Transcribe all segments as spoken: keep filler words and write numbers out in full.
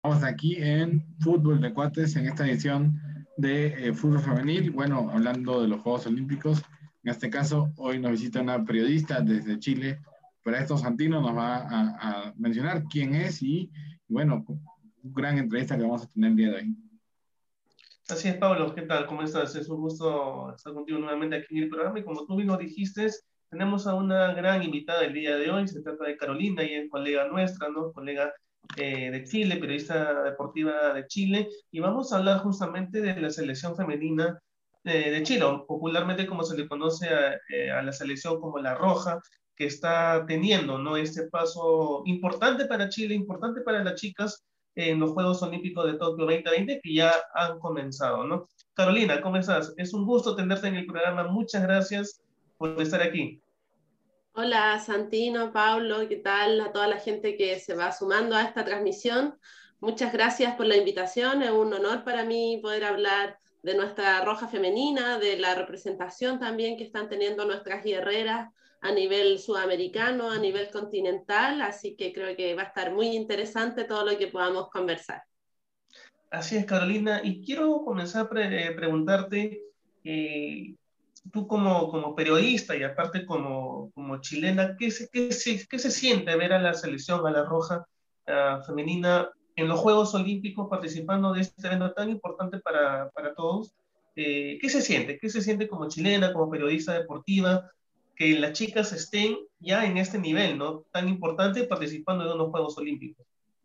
Estamos aquí en Fútbol de Cuates, en esta edición de eh, Fútbol Femenil, bueno, hablando de los Juegos Olímpicos. En este caso, hoy nos visita una periodista desde Chile. Para esto, Santino nos va a, a mencionar quién es y, bueno, gran entrevista que vamos a tener el día de hoy. Así es, Pablo, ¿qué tal? ¿Cómo estás? Es un gusto estar contigo nuevamente aquí en el programa y como tú mismo dijiste, tenemos a una gran invitada el día de hoy. Se trata de Carolina, ella es colega nuestra, ¿no? Colega eh, de Chile, periodista deportiva de Chile, y vamos a hablar justamente de la selección femenina eh, de Chile, o popularmente como se le conoce a, eh, a la selección como la Roja, que está teniendo, ¿no? Este paso importante para Chile, importante para las chicas en los Juegos Olímpicos de Tokio veinte veinte que ya han comenzado, ¿no? Carolina, ¿cómo estás? Es un gusto tenerte en el programa. Muchas gracias por estar aquí. Hola Santino, Pablo, ¿qué tal? A toda la gente que se va sumando a esta transmisión. Muchas gracias por la invitación. Es un honor para mí poder hablar de nuestra Roja femenina, de la representación también que están teniendo nuestras guerreras a nivel sudamericano, a nivel continental. Así que creo que va a estar muy interesante todo lo que podamos conversar. Así es, Carolina. Y quiero comenzar a pre preguntarte, eh, tú como, como periodista y aparte como, como chilena, ¿qué se, qué, se, ¿qué se siente ver a la selección, a la Roja uh, femenina en los Juegos Olímpicos participando de este evento tan importante para, para todos? Eh, ¿Qué se siente? ¿Qué se siente como chilena, como periodista deportiva, que las chicas estén ya en este nivel, ¿no? Tan importante participando en unos Juegos Olímpicos?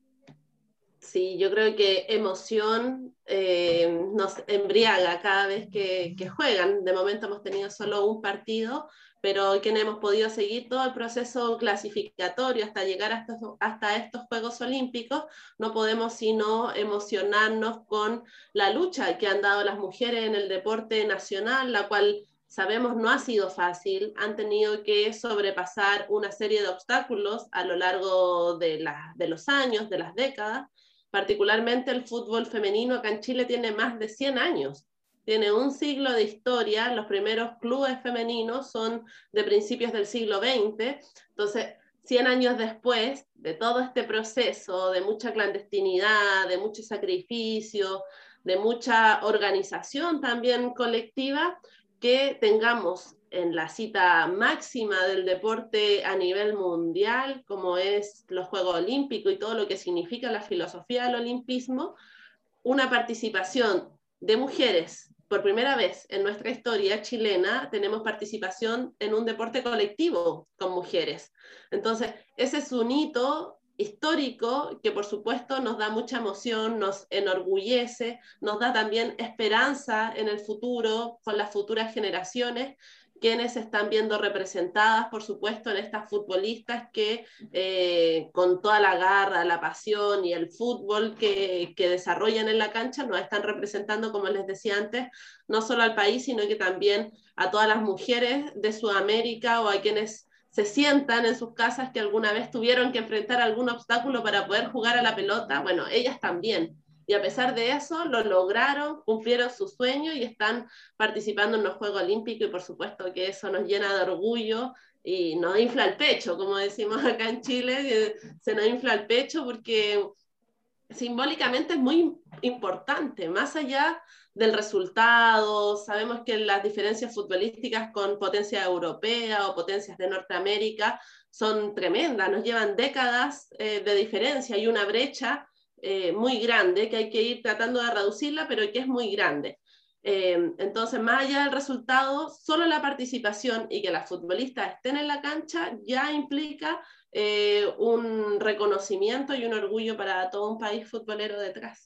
Sí, yo creo que emoción eh, nos embriaga cada vez que, que juegan. De momento hemos tenido solo un partido, pero quienes hemos podido seguir todo el proceso clasificatorio hasta llegar hasta, hasta estos Juegos Olímpicos, no podemos sino emocionarnos con la lucha que han dado las mujeres en el deporte nacional, la cual sabemos no ha sido fácil. Han tenido que sobrepasar una serie de obstáculos a lo largo de, la, de los años, de las décadas. Particularmente el fútbol femenino acá en Chile tiene más de cien años, tiene un siglo de historia. Los primeros clubes femeninos son de principios del siglo veinte, entonces cien años después de todo este proceso de mucha clandestinidad, de mucho sacrificio, de mucha organización también colectiva, que tengamos en la cita máxima del deporte a nivel mundial, como es los Juegos Olímpicos y todo lo que significa la filosofía del olimpismo, una participación de mujeres. Por primera vez en nuestra historia chilena tenemos participación en un deporte colectivo con mujeres. Entonces, ese es un hito histórico que por supuesto nos da mucha emoción, nos enorgullece, nos da también esperanza en el futuro con las futuras generaciones, quienes se están viendo representadas, por supuesto, en estas futbolistas que eh, con toda la garra, la pasión y el fútbol que, que desarrollan en la cancha nos están representando, como les decía antes, no solo al país, sino que también a todas las mujeres de Sudamérica o a quienes se sientan en sus casas que alguna vez tuvieron que enfrentar algún obstáculo para poder jugar a la pelota. Bueno, ellas también. Y a pesar de eso, lo lograron, cumplieron su sueño y están participando en los Juegos Olímpicos, y por supuesto que eso nos llena de orgullo y nos infla el pecho, como decimos acá en Chile, se nos infla el pecho porque simbólicamente es muy importante, más allá del resultado. Sabemos que las diferencias futbolísticas con potencias europeas o potencias de Norteamérica son tremendas, nos llevan décadas eh, de diferencia y una brecha eh, muy grande que hay que ir tratando de reducirla, pero que es muy grande. Eh, entonces, más allá del resultado, solo la participación y que las futbolistas estén en la cancha ya implica eh, un reconocimiento y un orgullo para todo un país futbolero detrás.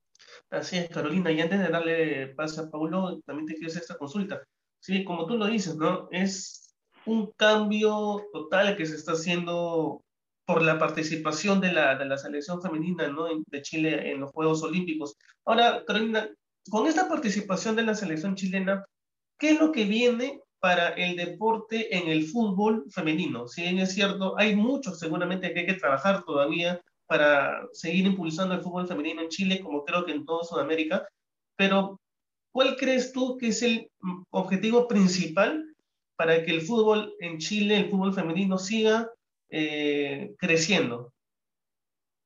Así es, Carolina. Y antes de darle paso a Paulo, también te quiero hacer esta consulta. Sí, como tú lo dices, ¿no? Es un cambio total que se está haciendo por la participación de la, de la selección femenina, ¿no? De Chile en los Juegos Olímpicos. Ahora, Carolina, con esta participación de la selección chilena, ¿qué es lo que viene para el deporte en el fútbol femenino? Si bien es cierto, hay mucho seguramente que hay que trabajar todavía para seguir impulsando el fútbol femenino en Chile, como creo que en toda Sudamérica, pero ¿cuál crees tú que es el objetivo principal para que el fútbol en Chile, el fútbol femenino, siga eh, creciendo?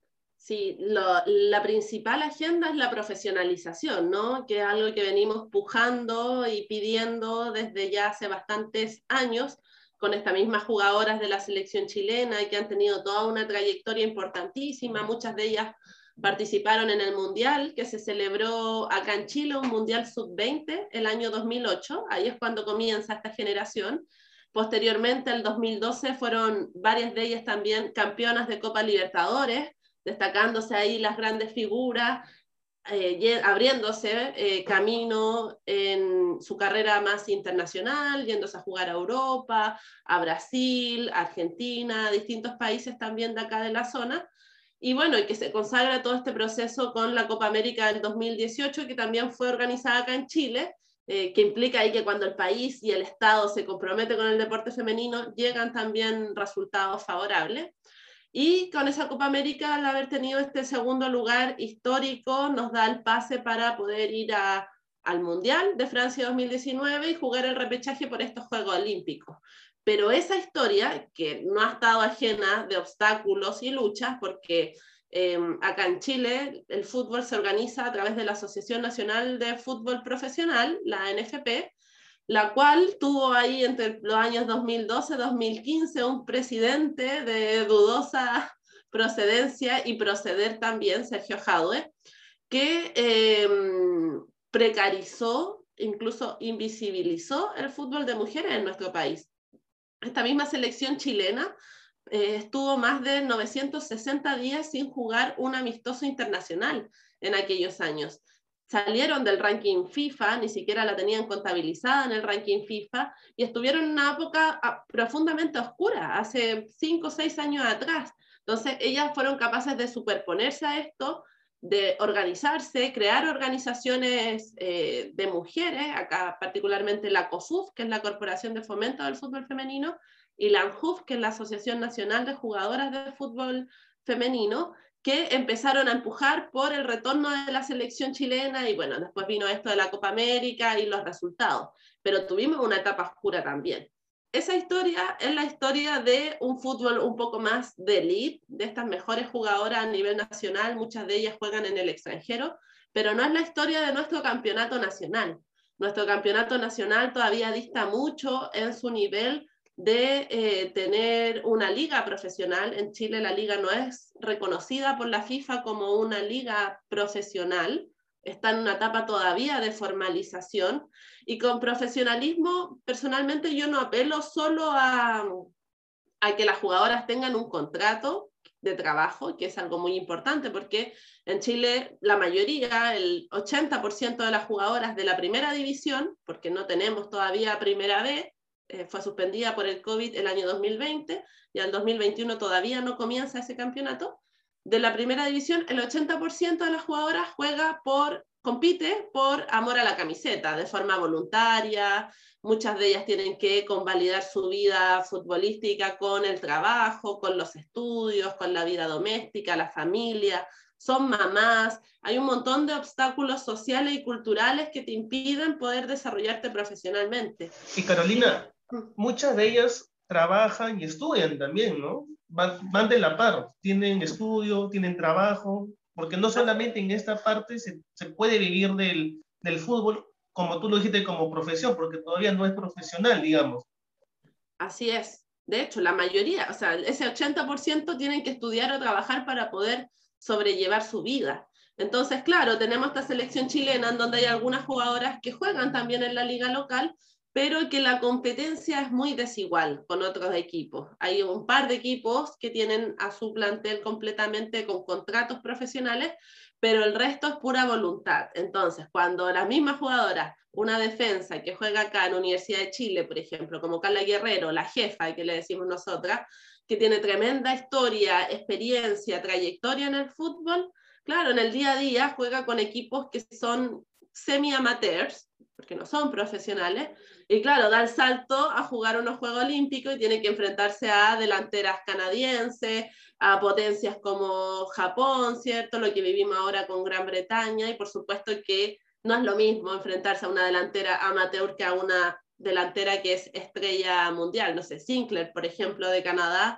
Sí, lo, la principal agenda es la profesionalización, ¿no? Que es algo que venimos pujando y pidiendo desde ya hace bastantes años, con estas mismas jugadoras de la selección chilena y que han tenido toda una trayectoria importantísima. Muchas de ellas participaron en el Mundial que se celebró acá en Chile, un Mundial sub veinte, el año dos mil ocho. Ahí es cuando comienza esta generación. Posteriormente, el dos mil doce, fueron varias de ellas también campeonas de Copa Libertadores, destacándose ahí las grandes figuras, eh, abriéndose eh, camino en su carrera más internacional, yéndose a jugar a Europa, a Brasil, a Argentina, a distintos países también de acá de la zona. Y bueno, y que se consagra todo este proceso con la Copa América del dos mil dieciocho, que también fue organizada acá en Chile, eh, que implica ahí que cuando el país y el Estado se compromete con el deporte femenino, llegan también resultados favorables. Y con esa Copa América, al haber tenido este segundo lugar histórico, nos da el pase para poder ir a, al Mundial de Francia dos mil diecinueve y jugar el repechaje por estos Juegos Olímpicos. Pero esa historia, que no ha estado ajena de obstáculos y luchas, porque eh, acá en Chile el fútbol se organiza a través de la Asociación Nacional de Fútbol Profesional, la N F P, la cual tuvo ahí entre los años dos mil doce y dos mil quince un presidente de dudosa procedencia y proceder también, Sergio Jadue, que eh, precarizó, incluso invisibilizó el fútbol de mujeres en nuestro país. Esta misma selección chilena eh, estuvo más de novecientos sesenta días sin jugar un amistoso internacional en aquellos años. Salieron del ranking FIFA, ni siquiera la tenían contabilizada en el ranking FIFA, y estuvieron en una época profundamente oscura, hace cinco o seis años atrás. Entonces, ellas fueron capaces de superponerse a esto, de organizarse, crear organizaciones eh, de mujeres, acá particularmente la COFUF, que es la Corporación de Fomento del Fútbol Femenino, y la ANJUF, que es la Asociación Nacional de Jugadoras de Fútbol Femenino, que empezaron a empujar por el retorno de la selección chilena, y bueno, después vino esto de la Copa América y los resultados, pero tuvimos una etapa oscura también. Esa historia es la historia de un fútbol un poco más de elite, de estas mejores jugadoras a nivel nacional, muchas de ellas juegan en el extranjero, pero no es la historia de nuestro campeonato nacional. Nuestro campeonato nacional todavía dista mucho en su nivel de eh, tener una liga profesional. En Chile la liga no es reconocida por la FIFA como una liga profesional, está en una etapa todavía de formalización, y con profesionalismo, personalmente yo no apelo solo a, a que las jugadoras tengan un contrato de trabajo, que es algo muy importante, porque en Chile la mayoría, el ochenta por ciento de las jugadoras de la primera división, porque no tenemos todavía primera B, eh, fue suspendida por el COVID el año dos mil veinte, y al dos mil veintiuno todavía no comienza ese campeonato, de la primera división, el ochenta por ciento de las jugadoras juega por, compite por amor a la camiseta, de forma voluntaria. Muchas de ellas tienen que convalidar su vida futbolística con el trabajo, con los estudios, con la vida doméstica, la familia, son mamás. Hay un montón de obstáculos sociales y culturales que te impiden poder desarrollarte profesionalmente. Y Carolina, muchas de ellas trabajan y estudian también, ¿no? Van, van de la par, tienen estudio, tienen trabajo, porque no solamente en esta parte se, se puede vivir del, del fútbol, como tú lo dijiste, como profesión, porque todavía no es profesional, digamos. Así es. De hecho, la mayoría, o sea, ese ochenta por ciento tienen que estudiar o trabajar para poder sobrellevar su vida. Entonces, claro, tenemos esta selección chilena en donde hay algunas jugadoras que juegan también en la liga local, pero que la competencia es muy desigual con otros equipos. Hay un par de equipos que tienen a su plantel completamente con contratos profesionales, pero el resto es pura voluntad. Entonces, cuando las mismas jugadoras, una defensa que juega acá en Universidad de Chile, por ejemplo, como Carla Guerrero, la jefa, que le decimos nosotras, que tiene tremenda historia, experiencia, trayectoria en el fútbol, claro, en el día a día juega con equipos que son semi-amateurs, porque no son profesionales, y claro, da el salto a jugar unos Juegos Olímpicos y tiene que enfrentarse a delanteras canadienses, a potencias como Japón, ¿cierto? Lo que vivimos ahora con Gran Bretaña, y por supuesto que no es lo mismo enfrentarse a una delantera amateur que a una delantera que es estrella mundial. No sé, Sinclair, por ejemplo, de Canadá,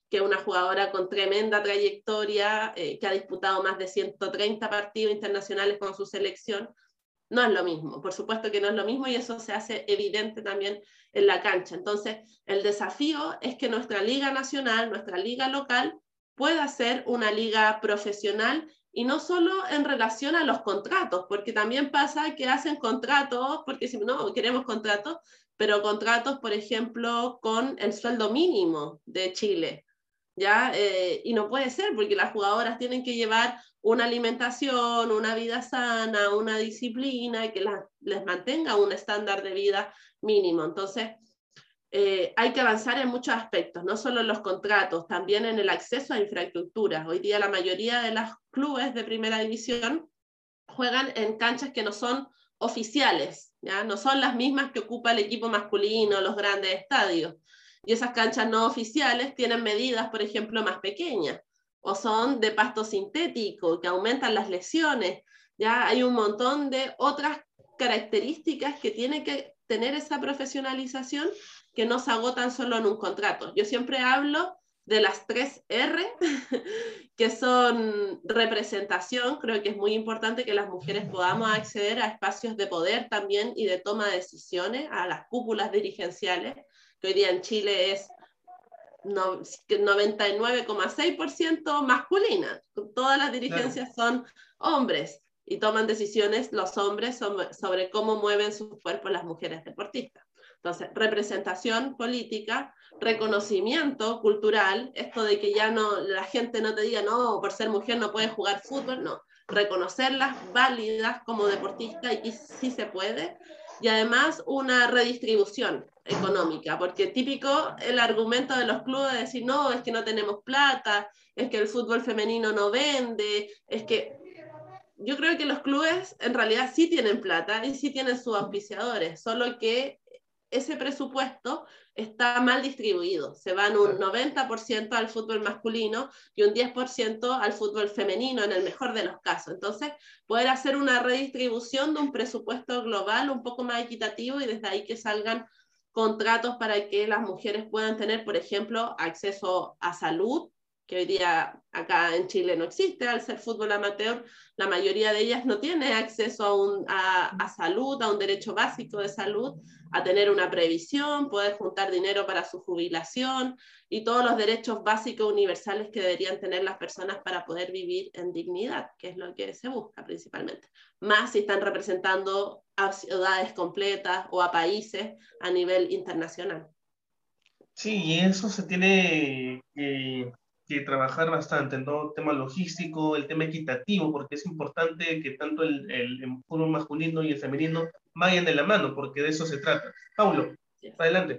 que es una jugadora con tremenda trayectoria, eh, que ha disputado más de ciento treinta partidos internacionales con su selección. No es lo mismo, por supuesto que no es lo mismo, y eso se hace evidente también en la cancha. Entonces, el desafío es que nuestra liga nacional, nuestra liga local, pueda ser una liga profesional, y no solo en relación a los contratos, porque también pasa que hacen contratos, porque si no, queremos contratos, pero contratos, por ejemplo, con el sueldo mínimo de Chile, ¿ya? Eh, y no puede ser, porque las jugadoras tienen que llevar una alimentación, una vida sana, una disciplina que la, les mantenga un estándar de vida mínimo. Entonces, eh, hay que avanzar en muchos aspectos, no solo en los contratos, también en el acceso a infraestructuras. Hoy día la mayoría de los clubes de primera división juegan en canchas que no son oficiales, ¿ya? No son las mismas que ocupa el equipo masculino, los grandes estadios. Y esas canchas no oficiales tienen medidas, por ejemplo, más pequeñas, o son de pasto sintético, que aumentan las lesiones. Ya hay un montón de otras características que tiene que tener esa profesionalización, que no se agotan solo en un contrato. Yo siempre hablo de las tres R, que son representación. Creo que es muy importante que las mujeres podamos acceder a espacios de poder también y de toma de decisiones, a las cúpulas dirigenciales, que hoy día en Chile es noventa y nueve coma seis por ciento masculina. Todas las dirigencias claro. son hombres, y toman decisiones los hombres sobre, sobre cómo mueven sus cuerpos las mujeres deportistas. Entonces, representación política, reconocimiento cultural, esto de que ya no, la gente no te diga, no, por ser mujer no puedes jugar fútbol, no. Reconocerlas válidas como deportistas, y sí se puede. Y además una redistribución económica, porque típico el argumento de los clubes de decir, no, es que no tenemos plata, es que el fútbol femenino no vende, es que yo creo que los clubes en realidad sí tienen plata y sí tienen sus auspiciadores, solo que ese presupuesto está mal distribuido. Se van un noventa por ciento al fútbol masculino y un diez por ciento al fútbol femenino, en el mejor de los casos. Entonces, poder hacer una redistribución de un presupuesto global un poco más equitativo, y desde ahí que salgan contratos para que las mujeres puedan tener, por ejemplo, acceso a salud, que hoy día acá en Chile no existe. Al ser fútbol amateur, la mayoría de ellas no tiene acceso a, un, a, a salud, a un derecho básico de salud, a tener una previsión, poder juntar dinero para su jubilación y todos los derechos básicos universales que deberían tener las personas para poder vivir en dignidad, que es lo que se busca principalmente. Más si están representando a ciudades completas o a países a nivel internacional. Sí, y eso se tiene que, que trabajar bastante, ¿no? El tema logístico, el tema equitativo, porque es importante que tanto el, el, el fútbol masculino y el femenino vayan de la mano, porque de eso se trata. Paulo, sí. Adelante.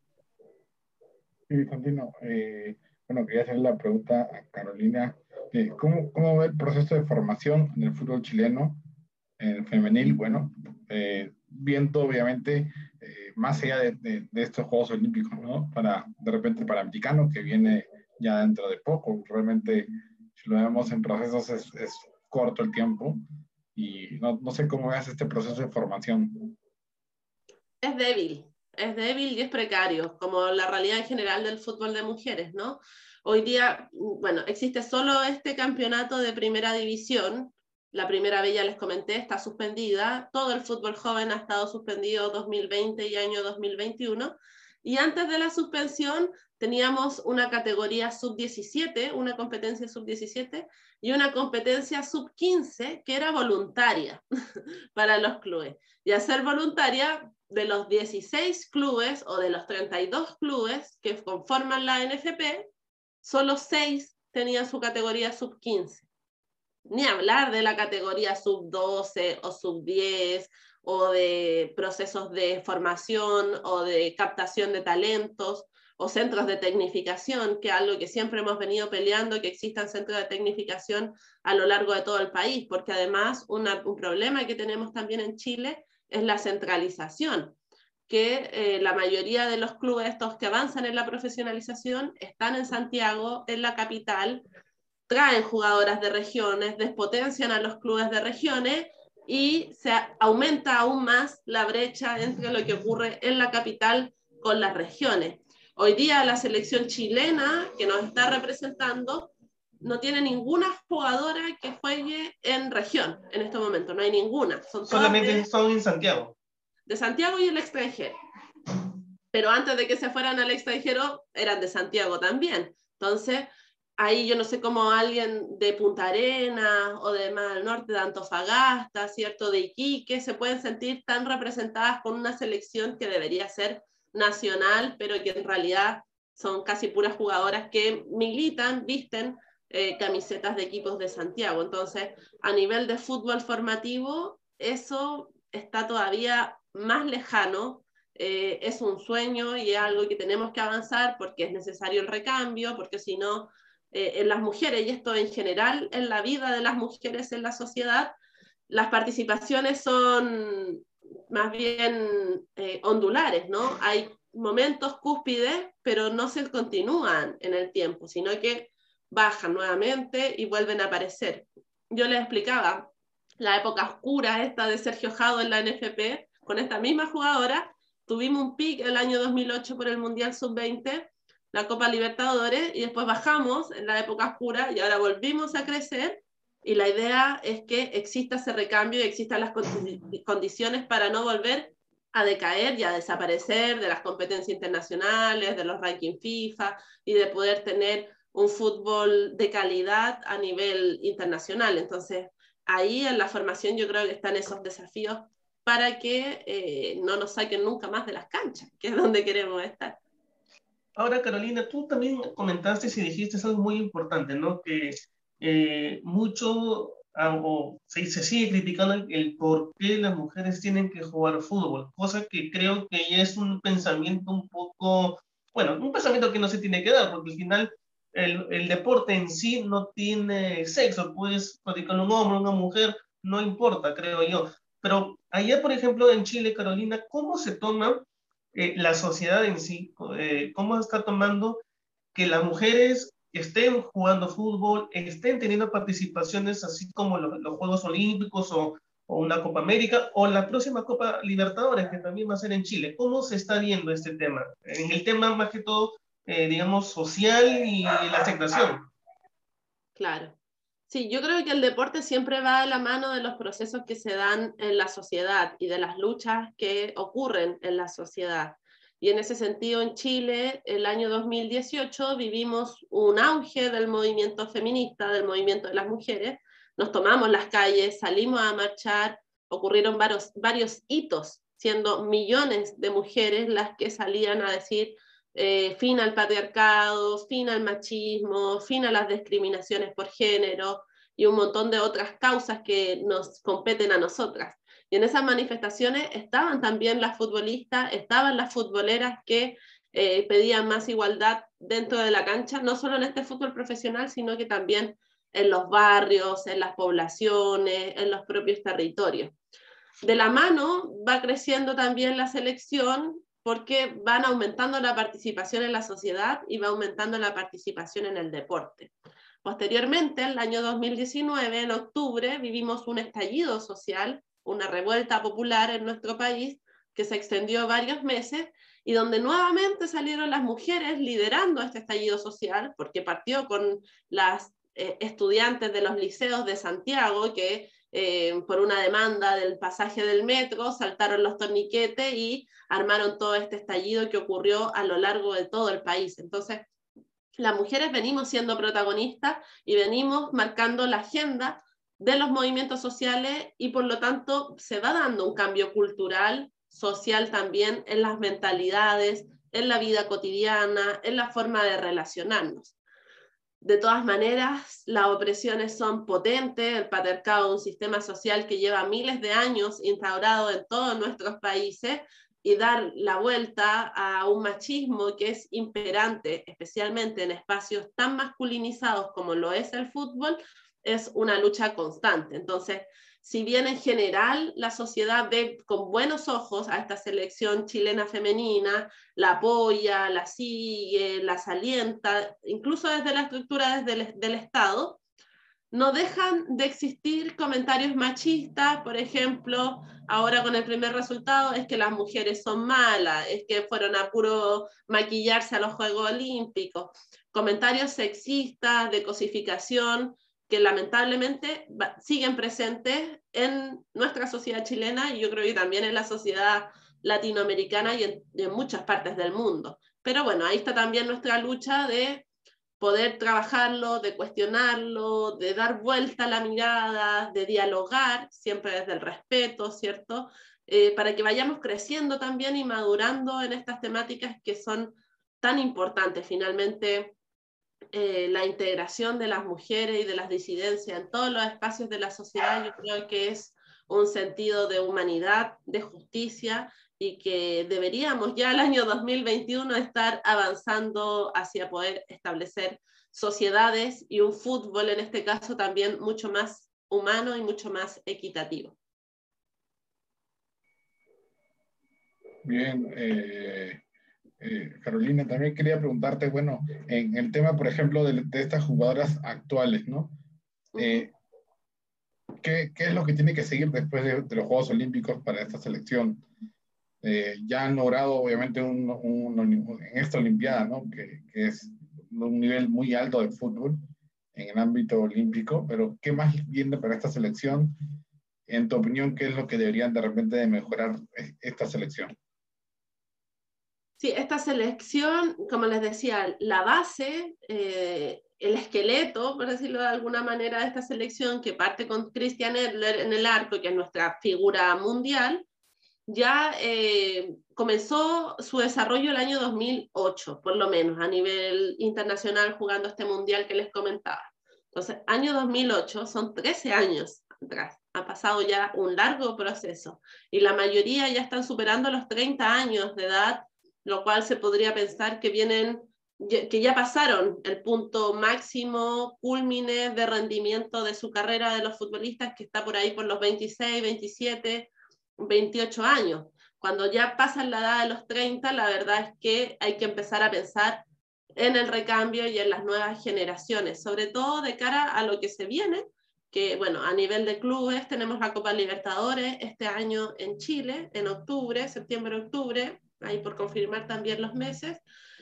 Sí, continuo. Eh, bueno, quería hacer la pregunta a Carolina. Eh, ¿cómo, ¿Cómo ve el proceso de formación en el fútbol chileno, en el femenil? Bueno, eh, viendo obviamente eh, más allá de, de, de estos Juegos Olímpicos, ¿no? Para, de repente, el Panamericano, que viene ya dentro de poco. Realmente, si lo vemos en procesos, es, es corto el tiempo, y no, no sé cómo veas este proceso de formación. Es débil, es débil y es precario, como la realidad en general del fútbol de mujeres, ¿no? Hoy día, bueno, existe solo este campeonato de primera división. La primera vez, ya les comenté, está suspendida. Todo el fútbol joven ha estado suspendido dos mil veinte y año dos mil veintiuno. Y antes de la suspensión teníamos una categoría sub diecisiete, una competencia sub diecisiete y una competencia sub quince que era voluntaria para los clubes. Y al ser voluntaria, de los dieciséis clubes o de los treinta y dos clubes que conforman la N F P, solo seis tenían su categoría sub quince. Ni hablar de la categoría sub doce o sub diez, o de procesos de formación o de captación de talentos o centros de tecnificación, que es algo que siempre hemos venido peleando, que existan centros de tecnificación a lo largo de todo el país, porque además una, un problema que tenemos también en Chile es la centralización, que eh, la mayoría de los clubes estos que avanzan en la profesionalización están en Santiago, en la capital, traen jugadoras de regiones, despotencian a los clubes de regiones, y se aumenta aún más la brecha entre lo que ocurre en la capital con las regiones. Hoy día la selección chilena que nos está representando no tiene ninguna jugadora que juegue en región en este momento, no hay ninguna. Son Solamente de, son en Santiago. De Santiago y el extranjero. Pero antes de que se fueran al extranjero, eran de Santiago también. Entonces, ahí yo no sé cómo alguien de Punta Arenas o de más al norte, de Antofagasta, ¿cierto?, de Iquique, se pueden sentir tan representadas con una selección que debería ser nacional, pero que en realidad son casi puras jugadoras que militan, visten eh, camisetas de equipos de Santiago. Entonces, a nivel de fútbol formativo, eso está todavía más lejano. Eh, es un sueño y es algo que tenemos que avanzar porque es necesario el recambio, porque si no, eh, en las mujeres, y esto en general en la vida de las mujeres en la sociedad, las participaciones son más bien eh, ondulares, ¿no? Hay momentos cúspides, pero no se continúan en el tiempo, sino que bajan nuevamente y vuelven a aparecer. Yo les explicaba la época oscura esta de Sergio Jado en la N F P, con esta misma jugadora, tuvimos un pic el año dos mil ocho por el Mundial sub veinte, la Copa Libertadores, y después bajamos en la época oscura y ahora volvimos a crecer, y la idea es que exista ese recambio y existan las condiciones para no volver a decaer y a desaparecer de las competencias internacionales, de los rankings FIFA, y de poder tener un fútbol de calidad a nivel internacional. Entonces, ahí en la formación yo creo que están esos desafíos para que eh, no nos saquen nunca más de las canchas, que es donde queremos estar. Ahora, Carolina, tú también comentaste y dijiste algo muy importante, ¿no? Que eh, mucho ah, o se, se sigue criticando el, el por qué las mujeres tienen que jugar fútbol, cosa que creo que ya es un pensamiento un poco, bueno, un pensamiento que no se tiene que dar, porque al final el, el deporte en sí no tiene sexo, puedes practicar un hombre, una mujer, no importa, creo yo. Pero allá, por ejemplo, en Chile, Carolina, ¿cómo se toma eh, la sociedad en sí? Eh, ¿Cómo está tomando que las mujeres estén jugando fútbol, estén teniendo participaciones así como los, los Juegos Olímpicos o, o una Copa América o la próxima Copa Libertadores que también va a ser en Chile? ¿Cómo se está viendo este tema? En el tema más que todo, eh, digamos, social y la aceptación. Claro. Sí, yo creo que el deporte siempre va de la mano de los procesos que se dan en la sociedad y de las luchas que ocurren en la sociedad. Y en ese sentido, en Chile, el año dos mil dieciocho, vivimos un auge del movimiento feminista, del movimiento de las mujeres. Nos tomamos las calles, salimos a marchar, ocurrieron varios, varios hitos, siendo millones de mujeres las que salían a decir Eh, fin al patriarcado, fin al machismo, fin a las discriminaciones por género y un montón de otras causas que nos competen a nosotras. Y en esas manifestaciones estaban también las futbolistas, estaban las futboleras que eh, pedían más igualdad dentro de la cancha, no solo en este fútbol profesional, sino que también en los barrios, en las poblaciones, en los propios territorios. De la mano va creciendo también la selección porque van aumentando la participación en la sociedad y va aumentando la participación en el deporte. Posteriormente, en el año dos mil diecinueve, en octubre, vivimos un estallido social, una revuelta popular en nuestro país que se extendió varios meses y donde nuevamente salieron las mujeres liderando este estallido social, porque partió con las eh, estudiantes de los liceos de Santiago que Eh, por una demanda del pasaje del metro, saltaron los torniquetes y armaron todo este estallido que ocurrió a lo largo de todo el país. Entonces, las mujeres venimos siendo protagonistas y venimos marcando la agenda de los movimientos sociales y por lo tanto se va dando un cambio cultural, social también en las mentalidades, en la vida cotidiana, en la forma de relacionarnos. De todas maneras, las opresiones son potentes, el patriarcado es un sistema social que lleva miles de años instaurado en todos nuestros países y dar la vuelta a un machismo que es imperante, especialmente en espacios tan masculinizados como lo es el fútbol, es una lucha constante. Entonces, si bien en general la sociedad ve con buenos ojos a esta selección chilena femenina, la apoya, la sigue, la alienta, incluso desde la estructura desde el, del Estado, no dejan de existir comentarios machistas, por ejemplo, ahora con el primer resultado es que las mujeres son malas, es que fueron a puro maquillarse a los Juegos Olímpicos, comentarios sexistas, de cosificación, que lamentablemente siguen presentes en nuestra sociedad chilena y yo creo que también en la sociedad latinoamericana y en, y en muchas partes del mundo. Pero bueno, ahí está también nuestra lucha de poder trabajarlo, de cuestionarlo, de dar vuelta a la mirada, de dialogar, siempre desde el respeto, ¿cierto? Eh, para que vayamos creciendo también y madurando en estas temáticas que son tan importantes. Finalmente, eh, la integración de las mujeres y de las disidencias en todos los espacios de la sociedad, yo creo que es un sentido de humanidad, de justicia, y que deberíamos ya el año dos mil veintiuno estar avanzando hacia poder establecer sociedades y un fútbol en este caso también mucho más humano y mucho más equitativo. Bien, eh, eh, Carolina, también quería preguntarte, bueno, en el tema, por ejemplo, de, de estas jugadoras actuales, ¿no? Eh, ¿qué, ¿Qué es lo que tiene que seguir después de, de los Juegos Olímpicos para esta selección? Eh, ya han logrado, obviamente, un, un, un, en esta Olimpiada, ¿no? Que, que es un nivel muy alto de fútbol en el ámbito olímpico, pero ¿qué más viene para esta selección? En tu opinión, ¿qué es lo que deberían de repente de mejorar esta selección? Sí, esta selección, como les decía, la base, eh, el esqueleto, por decirlo de alguna manera, de esta selección, que parte con Christian Edler en el arco, que es nuestra figura mundial, ya eh, comenzó su desarrollo el año dos mil ocho, por lo menos, a nivel internacional, jugando este mundial que les comentaba. Entonces, año dos mil ocho, son trece años atrás, ha pasado ya un largo proceso, y la mayoría ya están superando los treinta años de edad, lo cual se podría pensar que vienen, que ya pasaron el punto máximo, cúlmine de rendimiento de su carrera de los futbolistas, que está por ahí por los veintiséis, veintisiete, veintiocho años. Cuando ya pasan la edad de los treinta, la verdad es que hay que empezar a pensar en el recambio y en las nuevas generaciones, sobre todo de cara a lo que se viene, que bueno, a nivel de clubes tenemos la Copa Libertadores este año en Chile, en octubre, septiembre-octubre, ahí por confirmar también los meses,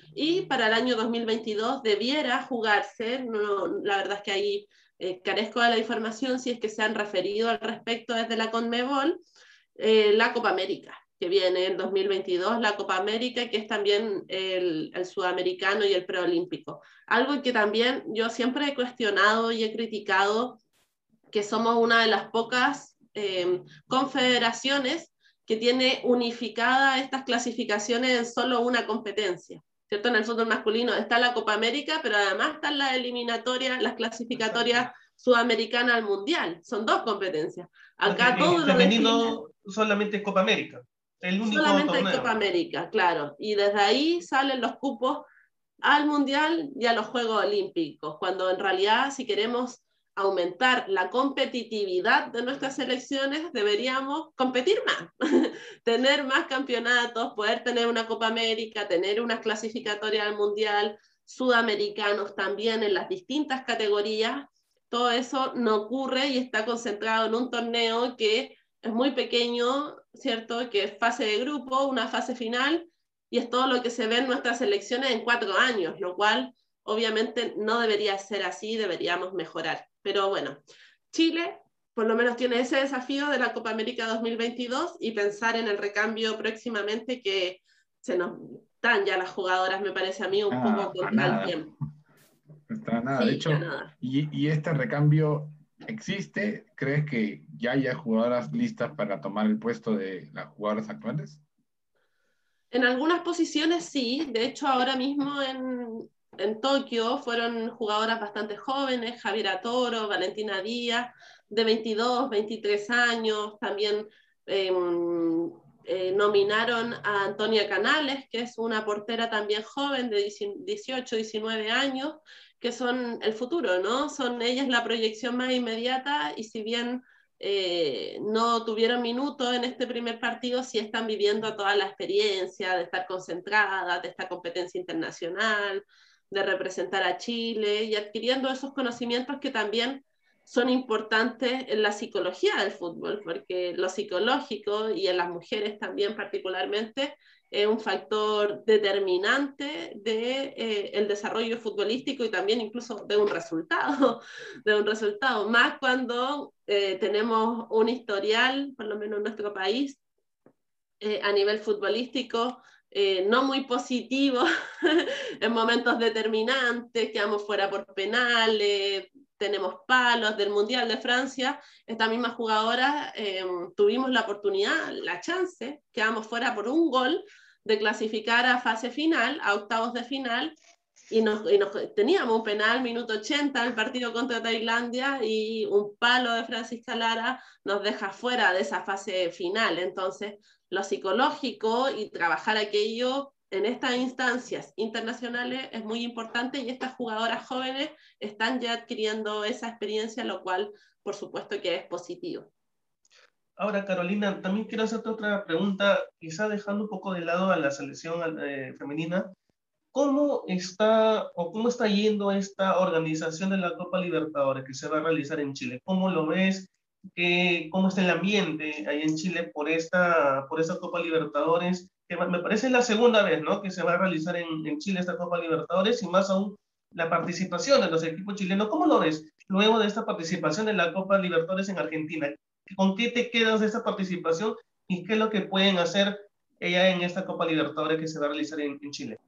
y para el año dos mil veintidós debiera jugarse, no, la verdad es que ahí eh, carezco de la información si es que se han referido al respecto desde la CONMEBOL, eh, la Copa América, que viene en dos mil veintidós, la Copa América, que es también el, el sudamericano y el preolímpico. Algo que también yo siempre he cuestionado y he criticado, que somos una de las pocas eh, confederaciones que tiene unificada estas clasificaciones en solo una competencia, ¿cierto? En el fútbol masculino está la Copa América, pero además están las eliminatorias, las clasificatorias sudamericanas al Mundial, son dos competencias. Acá Porque en todo el lo femenino solamente es Copa América, el único solamente hay torneo. Copa América, claro, y desde ahí salen los cupos al Mundial y a los Juegos Olímpicos, cuando en realidad si queremos aumentar la competitividad de nuestras selecciones, deberíamos competir más, tener más campeonatos, poder tener una Copa América, tener unas clasificatorias al Mundial, sudamericanos también en las distintas categorías. Todo eso no ocurre y está concentrado en un torneo que es muy pequeño, ¿cierto? Que es fase de grupo, una fase final, y es todo lo que se ve en nuestras elecciones en cuatro años, lo cual obviamente no debería ser así, deberíamos mejorar. Pero bueno, Chile por lo menos tiene ese desafío de la Copa América dos mil veintidós y pensar en el recambio próximamente, que se nos dan ya las jugadoras, me parece a mí, un Ah, poco para contra el nada. tiempo. Para nada. De Sí, ya hecho, nada. y, y este recambio existe? ¿Crees que ya haya jugadoras listas para tomar el puesto de las jugadoras actuales? En algunas posiciones sí, de hecho ahora mismo en, en Tokio fueron jugadoras bastante jóvenes, Javiera Toro, Valentina Díaz, de veintidós, veintitrés años, también eh, eh, nominaron a Antonia Canales, que es una portera también joven de dieciocho, diecinueve años, que son el futuro, ¿no? Son ellas la proyección más inmediata, y si bien eh, no tuvieron minutos en este primer partido, sí están viviendo toda la experiencia de estar concentradas, de esta competencia internacional, de representar a Chile y adquiriendo esos conocimientos que también son importantes en la psicología del fútbol, porque lo psicológico, y en las mujeres también particularmente, es un factor determinante del de, eh, el desarrollo futbolístico y también incluso de un resultado, de un resultado, más cuando eh, tenemos un historial, por lo menos en nuestro país, eh, a nivel futbolístico, eh, no muy positivo en momentos determinantes, quedamos fuera por penales, tenemos palos del Mundial de Francia, estas mismas jugadoras eh, tuvimos la oportunidad, la chance, quedamos fuera por un gol de clasificar a fase final, a octavos de final, y nos, y nos teníamos un penal, minuto ochenta, el partido contra Tailandia, y un palo de Francisca Lara nos deja fuera de esa fase final. Entonces, lo psicológico y trabajar aquello en estas instancias internacionales es muy importante, y estas jugadoras jóvenes están ya adquiriendo esa experiencia, lo cual, por supuesto, que es positivo. Ahora, Carolina, también quiero hacerte otra pregunta, quizá dejando un poco de lado a la selección eh, femenina. ¿Cómo está o cómo está yendo esta organización de la Copa Libertadores que se va a realizar en Chile? ¿Cómo lo ves? ¿Qué, ¿Cómo está el ambiente ahí en Chile por esta, por esta Copa Libertadores? Que me parece la segunda vez, ¿no?, que se va a realizar en, en Chile esta Copa Libertadores, y más aún la participación de los equipos chilenos. ¿Cómo lo ves luego de esta participación en la Copa Libertadores en Argentina? ¿Con qué te quedas de esta participación y qué es lo que pueden hacer ella en esta Copa Libertadores que se va a realizar en, en Chile?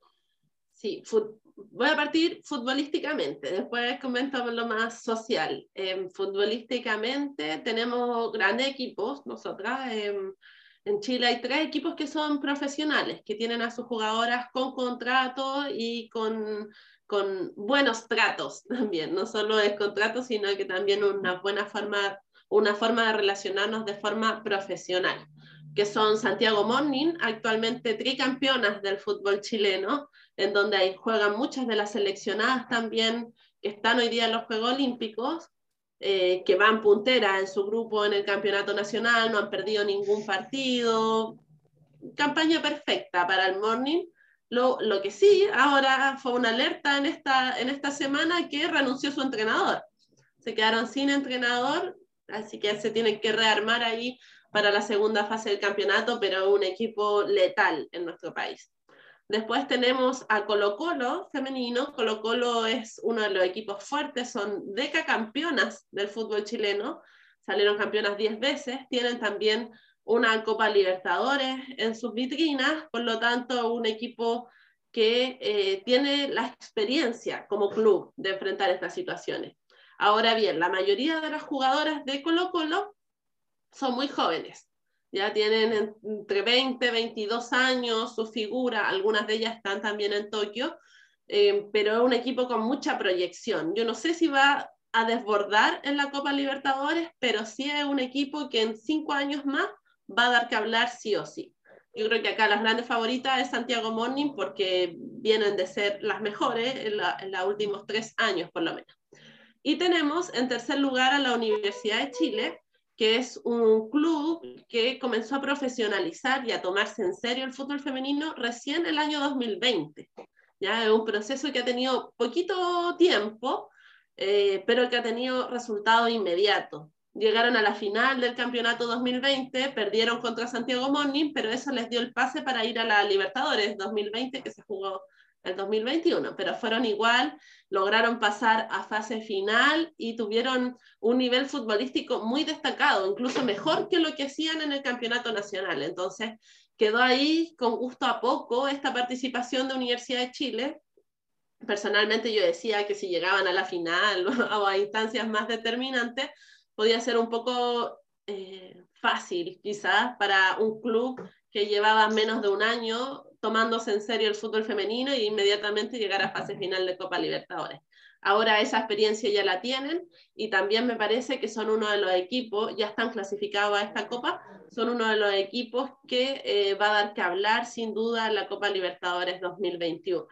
Sí, voy a partir futbolísticamente, después comentamos lo más social. Eh, futbolísticamente tenemos grandes equipos, nosotras. Eh, en Chile hay tres equipos que son profesionales, que tienen a sus jugadoras con contrato y con, con buenos tratos también. No solo es contrato, sino que también una buena forma, una forma de relacionarnos de forma profesional, que son Santiago Morning, actualmente tricampeonas del fútbol chileno, en donde ahí juegan muchas de las seleccionadas también que están hoy día en los Juegos Olímpicos, eh, que van punteras en su grupo en el campeonato nacional, no han perdido ningún partido, campaña perfecta para el Morning. Lo, lo que sí, ahora fue una alerta en esta, en esta semana, que renunció su entrenador. Se quedaron sin entrenador, así que se tienen que rearmar ahí para la segunda fase del campeonato, pero un equipo letal en nuestro país. Después tenemos a Colo Colo femenino. Colo Colo es uno de los equipos fuertes, son decacampeonas del fútbol chileno, salieron campeonas diez veces, tienen también una Copa Libertadores en sus vitrinas, por lo tanto un equipo que eh, tiene la experiencia como club de enfrentar estas situaciones. Ahora bien, la mayoría de las jugadoras de Colo Colo son muy jóvenes, ya tienen entre veinte, veintidós años, su figura, algunas de ellas están también en Tokio, eh, pero es un equipo con mucha proyección. Yo no sé si va a desbordar en la Copa Libertadores, pero sí es un equipo que en cinco años más va a dar que hablar sí o sí. Yo creo que acá las grandes favoritas es Santiago Morning, porque vienen de ser las mejores en, la, en los últimos tres años por lo menos. Y tenemos en tercer lugar a la Universidad de Chile, que es un club que comenzó a profesionalizar y a tomarse en serio el fútbol femenino recién el año dos mil veinte. Ya es un proceso que ha tenido poquito tiempo, eh, pero que ha tenido resultados inmediatos. Llegaron a la final del campeonato dos mil veinte, perdieron contra Santiago Morning, pero eso les dio el pase para ir a la Libertadores dos mil veinte, que se jugó el dos mil veintiuno, pero fueron igual, lograron pasar a fase final y tuvieron un nivel futbolístico muy destacado, incluso mejor que lo que hacían en el campeonato nacional. Entonces quedó ahí con gusto a poco esta participación de Universidad de Chile. Personalmente yo decía que si llegaban a la final o a instancias más determinantes, podía ser un poco eh, fácil quizás para un club que llevaba menos de un año tomándose en serio el fútbol femenino e inmediatamente llegar a fase final de Copa Libertadores. Ahora esa experiencia ya la tienen, y también me parece que son uno de los equipos, ya están clasificados a esta Copa, son uno de los equipos que eh, va a dar que hablar sin duda en la Copa Libertadores dos mil veintiuno.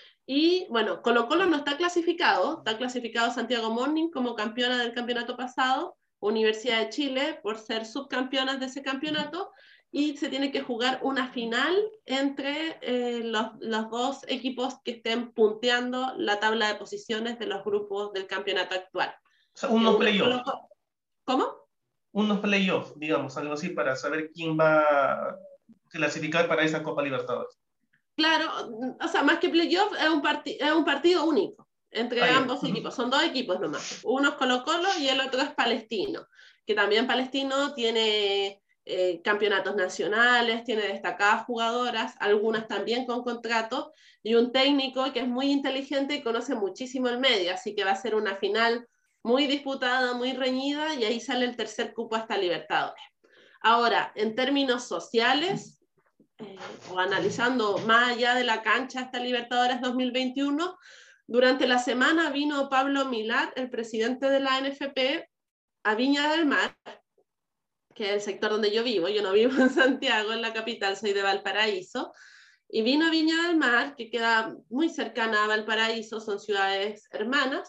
Y bueno, Colo Colo no está clasificado, está clasificado Santiago Morning como campeona del campeonato pasado, Universidad de Chile por ser subcampeonas de ese campeonato, y se tiene que jugar una final entre eh, los, los dos equipos que estén punteando la tabla de posiciones de los grupos del campeonato actual. O sea, unos playoffs. ¿Cómo? Unos playoffs, digamos, algo así, para saber quién va a clasificar para esa Copa Libertadores. Claro, o sea, más que playoff, es un, parti es un partido único entre ah, ambos yeah. equipos. Son dos equipos nomás. Uno es Colo-Colo y el otro es Palestino, que también Palestino tiene eh, campeonatos nacionales, tiene destacadas jugadoras, algunas también con contrato, y un técnico que es muy inteligente y conoce muchísimo el medio, así que va a ser una final muy disputada, muy reñida, y ahí sale el tercer cupo hasta Libertadores. Ahora, en términos sociales, Eh, o analizando más allá de la cancha hasta Libertadores dos mil veintiuno, durante la semana vino Pablo Milad, el presidente de la N F P, a Viña del Mar, que es el sector donde yo vivo. Yo no vivo en Santiago, en la capital, soy de Valparaíso, y vino a Viña del Mar, que queda muy cercana a Valparaíso, son ciudades hermanas,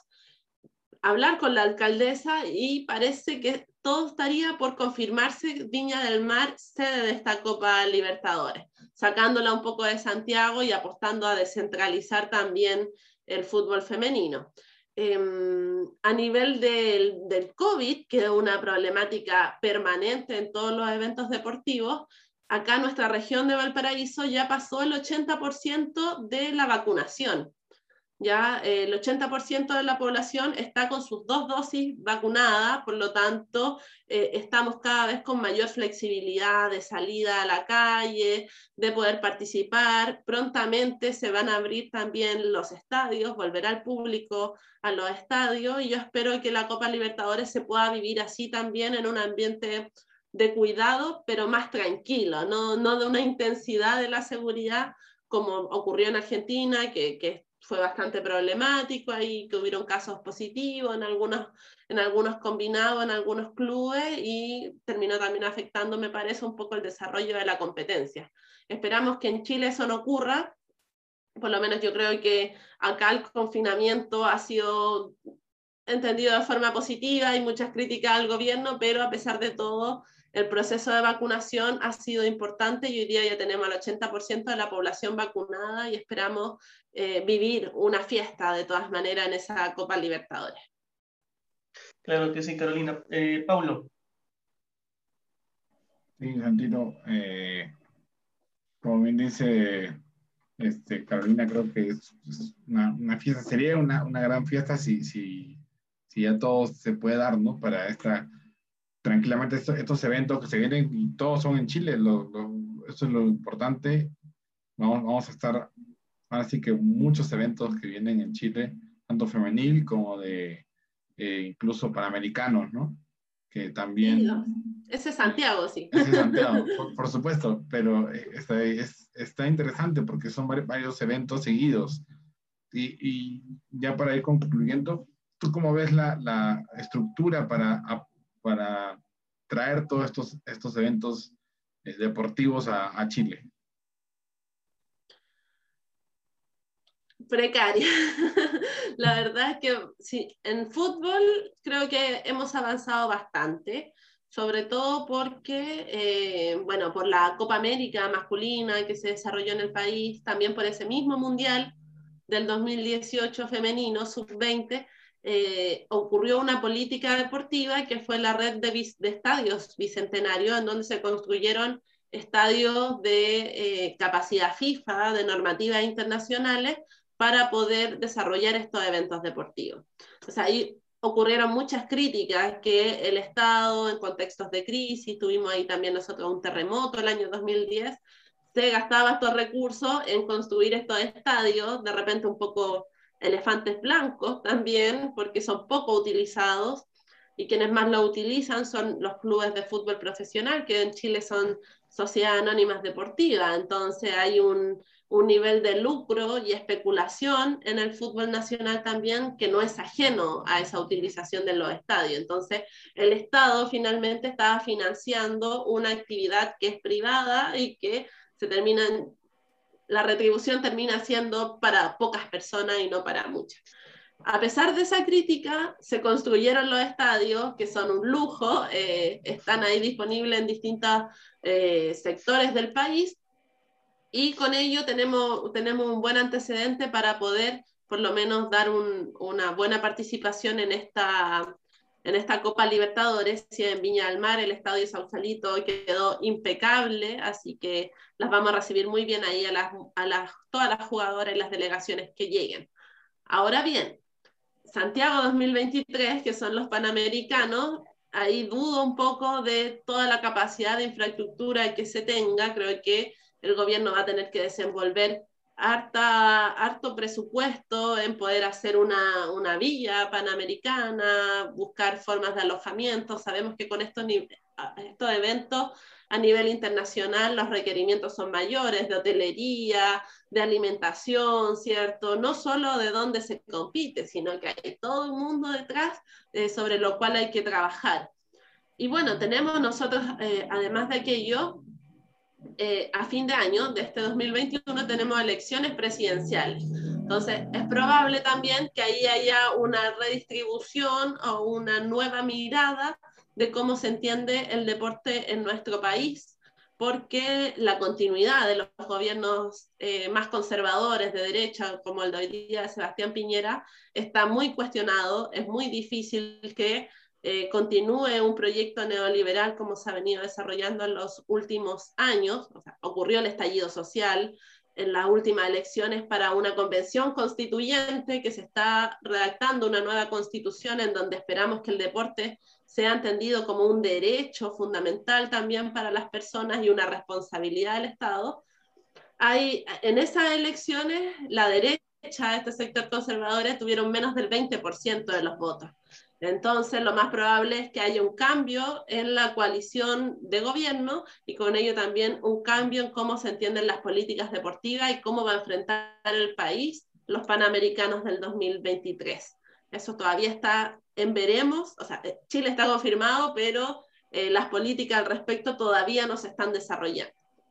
a hablar con la alcaldesa, y parece que todo estaría por confirmarse Viña del Mar sede de esta Copa Libertadores, sacándola un poco de Santiago y apostando a descentralizar también el fútbol femenino. Eh, a nivel del, del COVID, que es una problemática permanente en todos los eventos deportivos, acá en nuestra región de Valparaíso ya pasó el ochenta por ciento de la vacunación. Ya el ochenta por ciento de la población está con sus dos dosis vacunada, por lo tanto eh, estamos cada vez con mayor flexibilidad de salida a la calle, de poder participar. Prontamente se van a abrir también los estadios, volverá el público a los estadios, y yo espero que la Copa Libertadores se pueda vivir así también, en un ambiente de cuidado, pero más tranquilo, no, no de una intensidad de la seguridad como ocurrió en Argentina, que, que fue bastante problemático, ahí que hubieron casos positivos en algunos, en algunos combinados, en algunos clubes, y terminó también afectando, me parece, un poco el desarrollo de la competencia. Esperamos que en Chile eso no ocurra. Por lo menos yo creo que acá el confinamiento ha sido entendido de forma positiva, hay muchas críticas al gobierno, pero a pesar de todo, el proceso de vacunación ha sido importante, y hoy día ya tenemos el ochenta por ciento de la población vacunada, y esperamos eh, vivir una fiesta de todas maneras en esa Copa Libertadores. Claro que sí, Carolina. Eh, Paulo. Sí, Santino, eh, como bien dice este, Carolina, creo que es, es una, una fiesta, sería una, una gran fiesta si, si, si ya todo se puede dar, ¿no? Para esta, tranquilamente estos, estos eventos que se vienen, y todos son en Chile, lo, lo, eso es lo importante. Vamos, vamos a estar, ahora sí que muchos eventos que vienen en Chile, tanto femenil como de eh, incluso panamericanos, ¿no? Que también... Sí, no. Ese es Santiago, sí. Ese es Santiago, por, por supuesto, pero está, es, está interesante porque son varios, varios eventos seguidos. Y, y ya para ir concluyendo, ¿tú cómo ves la, la estructura para, a, para traer todos estos, estos eventos eh, deportivos a, a Chile? Precaria. La verdad es que sí, en fútbol creo que hemos avanzado bastante, sobre todo porque, eh, bueno, por la Copa América masculina que se desarrolló en el país, también por ese mismo Mundial del dos mil dieciocho femenino, sub veinte, eh, ocurrió una política deportiva que fue la red de, de estadios bicentenario, en donde se construyeron estadios de eh, capacidad FIFA, de normativas internacionales, para poder desarrollar estos eventos deportivos. O sea, ahí ocurrieron muchas críticas, que el Estado en contextos de crisis, tuvimos ahí también nosotros un terremoto el año dos mil diez, se gastaba estos recursos en construir estos estadios, de repente un poco elefantes blancos también, porque son poco utilizados, y quienes más lo utilizan son los clubes de fútbol profesional, que en Chile son sociedades anónimas deportivas. Entonces hay un, un nivel de lucro y especulación en el fútbol nacional también, que no es ajeno a esa utilización de los estadios. Entonces el Estado finalmente estaba financiando una actividad que es privada y que se termina, la retribución termina siendo para pocas personas y no para muchas. A pesar de esa crítica, se construyeron los estadios, que son un lujo, eh, están ahí disponibles en distintos eh, sectores del país, y con ello tenemos, tenemos un buen antecedente para poder por lo menos dar un, una buena participación en esta, en esta Copa Libertadores, y en Viña del Mar, el estadio Sausalito quedó impecable, así que las vamos a recibir muy bien ahí a, las, a las, todas las jugadoras y las delegaciones que lleguen. Ahora bien, Santiago dos mil veintitrés, que son los Panamericanos, ahí dudo un poco de toda la capacidad de infraestructura que se tenga. Creo que el gobierno va a tener que desenvolver harta, harto presupuesto en poder hacer una, una villa panamericana, buscar formas de alojamiento. Sabemos que con estos, estos eventos a nivel internacional los requerimientos son mayores, de hotelería, de alimentación, ¿cierto? No solo de dónde se compite, sino que hay todo un mundo detrás eh, sobre lo cual hay que trabajar. Y bueno, tenemos nosotros, eh, además de aquello, eh, a fin de año, de este dos mil veintiuno, tenemos elecciones presidenciales. Entonces, es probable también que ahí haya una redistribución o una nueva mirada de cómo se entiende el deporte en nuestro país, porque la continuidad de los gobiernos eh, más conservadores de derecha, como el de hoy día de Sebastián Piñera, está muy cuestionado. Es muy difícil que eh, continúe un proyecto neoliberal como se ha venido desarrollando en los últimos años. O sea, ocurrió el estallido social en las últimas elecciones para una convención constituyente, que se está redactando una nueva constitución en donde esperamos que el deporte sea entendido como un derecho fundamental también para las personas y una responsabilidad del Estado. Hay, en esas elecciones, la derecha, este sector conservador, tuvieron menos del veinte por ciento de los votos. Entonces, lo más probable es que haya un cambio en la coalición de gobierno y con ello también un cambio en cómo se entienden las políticas deportivas y cómo va a enfrentar el país los Panamericanos del dos mil veintitrés. Eso todavía está en veremos. O sea, Chile está confirmado, pero eh, las políticas al respecto todavía no se están desarrollando.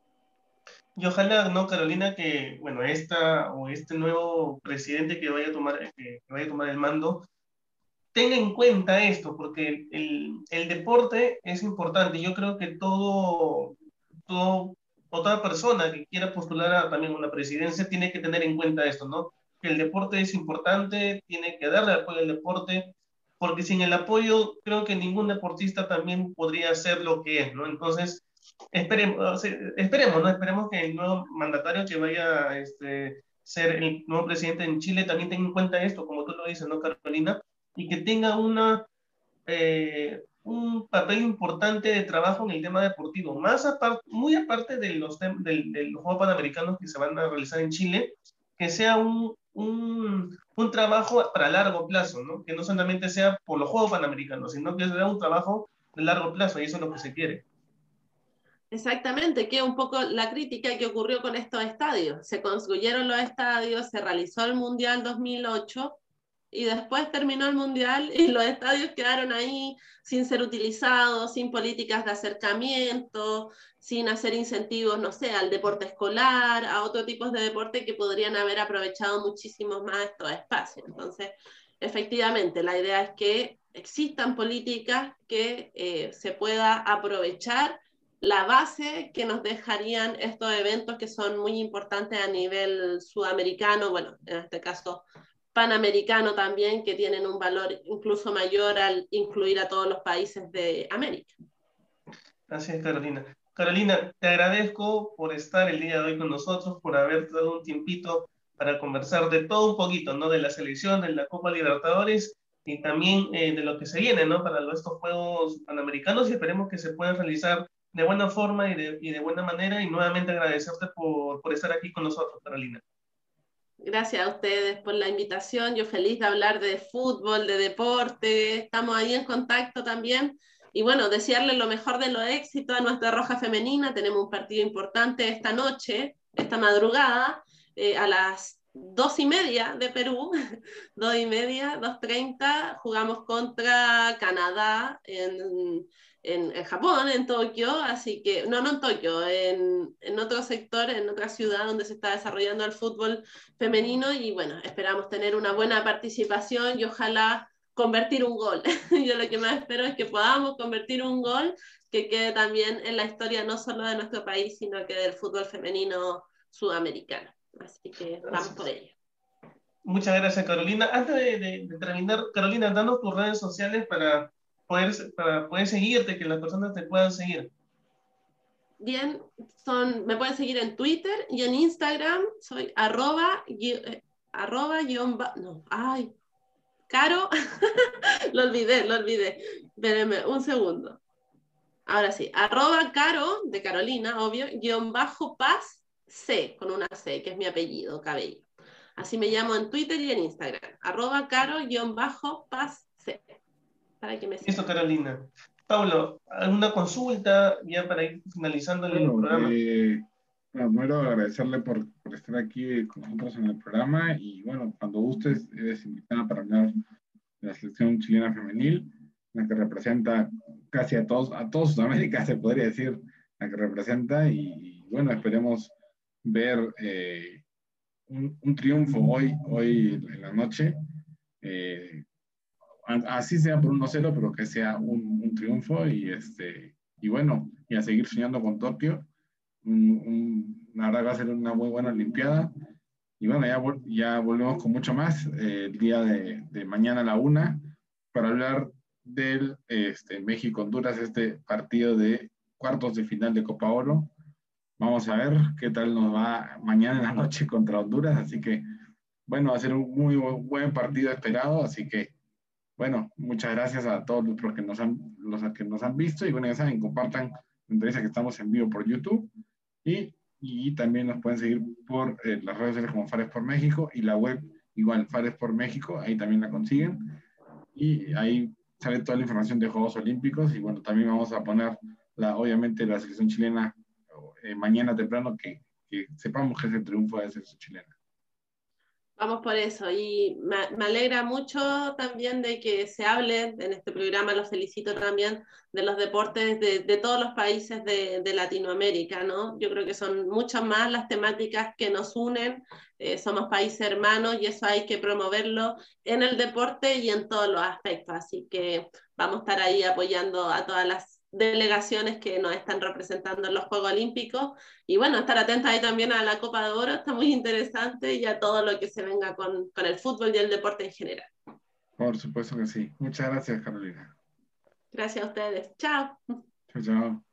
Y ojalá, ¿no, Carolina, que, bueno, esta o este nuevo presidente que vaya a tomar, que, que vaya a tomar el mando tenga en cuenta esto, porque el, el deporte es importante. Yo creo que todo, todo, o toda persona que quiera postular a también una presidencia tiene que tener en cuenta esto, ¿no? Que el deporte es importante, tiene que darle apoyo al deporte, porque sin el apoyo creo que ningún deportista también podría ser lo que es, ¿no? Entonces, esperemos, o sea, esperemos, ¿no? Esperemos que el nuevo mandatario que vaya a este, ser el nuevo presidente en Chile también tenga en cuenta esto, como tú lo dices, ¿no, Carolina? Y que tenga una, eh, un papel importante de trabajo en el tema deportivo, más aparte, muy aparte de los, de, de, de los Juegos Panamericanos que se van a realizar en Chile, que sea un, un, un trabajo para largo plazo, ¿no? Que no solamente sea por los Juegos Panamericanos, sino que sea un trabajo de largo plazo, y eso es lo que se quiere. Exactamente, que es un poco la crítica que ocurrió con estos estadios. Se construyeron los estadios, se realizó el Mundial dos mil ocho, y después terminó el Mundial y los estadios quedaron ahí sin ser utilizados, sin políticas de acercamiento, sin hacer incentivos, no sé, al deporte escolar, a otros tipos de deporte que podrían haber aprovechado muchísimo más estos espacios. Entonces, efectivamente, la idea es que existan políticas que eh, se pueda aprovechar la base que nos dejarían estos eventos que son muy importantes a nivel sudamericano, bueno, en este caso panamericano también, que tienen un valor incluso mayor al incluir a todos los países de América. Así es, Carolina. Carolina, te agradezco por estar el día de hoy con nosotros, por haber dado un tiempito para conversar de todo un poquito, ¿no? De la selección, de la Copa Libertadores y también eh, de lo que se viene, ¿no? Para estos Juegos Panamericanos, y esperemos que se puedan realizar de buena forma y de, y de buena manera, y nuevamente agradecerte por, por estar aquí con nosotros, Carolina. Gracias a ustedes por la invitación. Yo feliz de hablar de fútbol, de deporte. Estamos ahí en contacto también. Y bueno, desearle lo mejor de los éxitos a nuestra Roja Femenina. Tenemos un partido importante esta noche, esta madrugada, eh, a las dos y media de Perú, dos y media, dos treinta, jugamos contra Canadá en, en, en Japón, en Tokio, así que, no, no en Tokio, en, en otro sector, en otra ciudad donde se está desarrollando el fútbol femenino, y bueno, esperamos tener una buena participación y ojalá convertir un gol. Yo lo que más espero es que podamos convertir un gol que quede también en la historia no solo de nuestro país, sino que del fútbol femenino sudamericano. Así que vamos por ello. Muchas gracias, Carolina. Antes de, de, de terminar, Carolina, danos tus redes sociales para poder, para poder seguirte, que las personas te puedan seguir? Bien, son, me pueden seguir en Twitter y en Instagram, soy arroba, gui- eh, arroba guión ba- no, ay, Caro, lo olvidé, lo olvidé, espérenme un segundo. Ahora sí, arroba Caro, de Carolina, obvio, guión bajo Paz C, con una C, que es mi apellido, Cabello. Así me llamo en Twitter y en Instagram, arroba Caro, guión bajo Paz C, para que me sigan. Listo, Carolina. Pablo, ¿alguna consulta ya para ir finalizando el Bueno, programa? eh, bueno, primero agradecerle por, por estar aquí con nosotros en el programa y bueno, cuando gustes, eres invitada para hablar de la selección chilena femenil, la que representa casi a todos, a toda Sudamérica, se podría decir, la que representa y, y bueno, esperemos ver eh, un, un, triunfo hoy, hoy en la noche. Eh, Así sea por uno cero, pero que sea un, un, triunfo y, este, y bueno, y a seguir soñando con Tokio. Un, un, la verdad va a ser una muy buena Olimpiada. Y bueno, ya, ya volvemos con mucho más eh, el día de, de, mañana a la una para hablar del este, México-Honduras, este partido de cuartos de final de Copa Oro. Vamos a ver qué tal nos va mañana en la noche contra Honduras. Así que, bueno, va a ser un muy buen partido esperado. Así que, bueno, muchas gracias a todos los que nos han, los que nos han visto y bueno, ya saben, compartan la entrevista que estamos en vivo por YouTube y, y también nos pueden seguir por eh, las redes sociales como Fares por México y la web igual Fares por México, ahí también la consiguen y ahí sale toda la información de Juegos Olímpicos y bueno, también vamos a poner la, obviamente la selección chilena eh, mañana temprano que, que sepamos que es el triunfo de la selección chilena. Vamos por eso, y me, me alegra mucho también de que se hable en este programa, los felicito también, de los deportes de, de todos los países de, de Latinoamérica, ¿no? Yo creo que son muchas más las temáticas que nos unen, eh, somos países hermanos y eso hay que promoverlo en el deporte y en todos los aspectos, así que vamos a estar ahí apoyando a todas las delegaciones que nos están representando en los Juegos Olímpicos y bueno, estar atentos ahí también a la Copa de Oro, está muy interesante y a todo lo que se venga con, con el fútbol y el deporte en general. Por supuesto que sí. Muchas gracias, Carolina. Gracias a ustedes. Chao. Chao, chao.